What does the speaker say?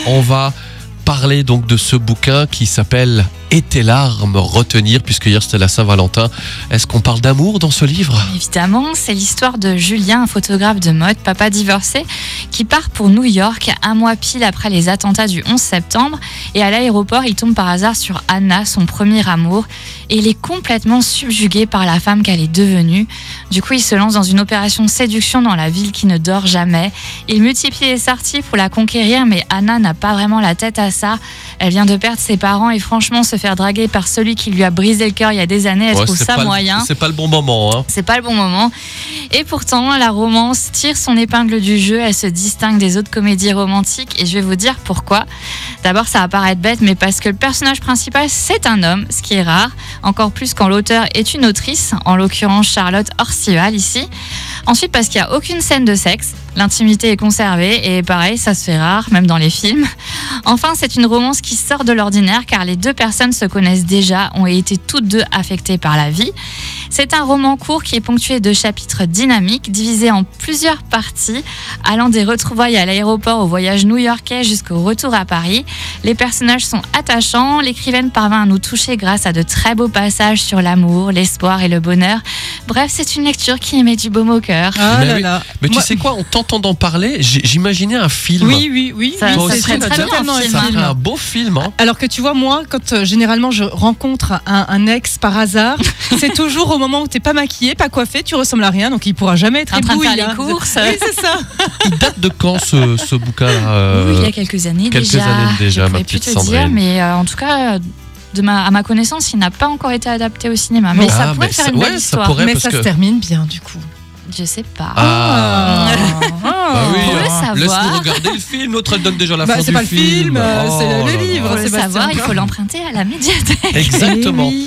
On va parler donc de ce bouquin qui s'appelle « Et tes larmes retenir » puisque hier c'était la Saint-Valentin. Est-ce qu'on parle d'amour dans ce livre ? Évidemment, c'est l'histoire de Julien, un photographe de mode, papa divorcé, qui part pour New York un mois pile après les attentats du 11 septembre. Et à l'aéroport, il tombe par hasard sur Anna, son premier amour. Et il est complètement subjugué par la femme qu'elle est devenue. Du coup, il se lance dans une opération de séduction dans la ville qui ne dort jamais. Il multiplie les sorties pour la conquérir, mais Anna n'a pas vraiment la tête à ça. Elle vient de perdre ses parents et franchement, se faire draguer par celui qui lui a brisé le cœur il y a des années, elle trouve ça moyen. C'est pas le bon moment. Hein. C'est pas le bon moment. Et pourtant, la romance tire son épingle du jeu. Elle se distingue des autres comédies romantiques et je vais vous dire pourquoi. D'abord, ça va paraître bête, mais parce que le personnage principal, c'est un homme, ce qui est rare. Encore plus quand l'auteur est une autrice, en l'occurrence Charlotte Orcival ici. Ensuite, parce qu'il n'y a aucune scène de sexe. L'intimité est conservée et pareil, ça se fait rare, même dans les films. Enfin, c'est une romance qui sort de l'ordinaire car les deux personnes se connaissent déjà, ont été toutes deux affectées par la vie. C'est un roman court qui est ponctué de chapitres dynamiques, divisés en plusieurs parties, allant des retrouvailles à l'aéroport au voyage new-yorkais jusqu'au retour à Paris. Les personnages sont attachants, l'écrivaine parvint à nous toucher grâce à de très beaux passages sur l'amour, l'espoir et le bonheur. Bref, c'est une lecture qui émet du baume au cœur. Ah là là. Mais tu sais quoi, en t'entendant parler, j'imaginais un film. Oui. Ça serait très bien un film. Ça serait un beau film. Hein. Alors que tu vois, moi, quand généralement je rencontre un ex par hasard, c'est toujours au moment où t'es pas maquillée, pas coiffée, tu ressembles à rien, donc il pourra jamais être En train de ébloui, faire les courses. Oui, c'est ça. Il date de quand ce bouquin-là Oui, il y a quelques années déjà. Déjà, je ma pourrais plus petite te dire, Sandrine. mais en tout cas, à ma connaissance, il n'a pas encore été adapté au cinéma. Mais ça pourrait faire une belle histoire. Mais ça se termine bien, du coup. Je sais pas. Bah oui, Pour le hein. savoir. Laisse-nous regarder le film, l'autre elle donne déjà la fin c'est du pas le film, c'est Oh le là là. livre. Pour le Sébastien. savoir, il faut l'emprunter à la médiathèque. Exactement. Eh oui.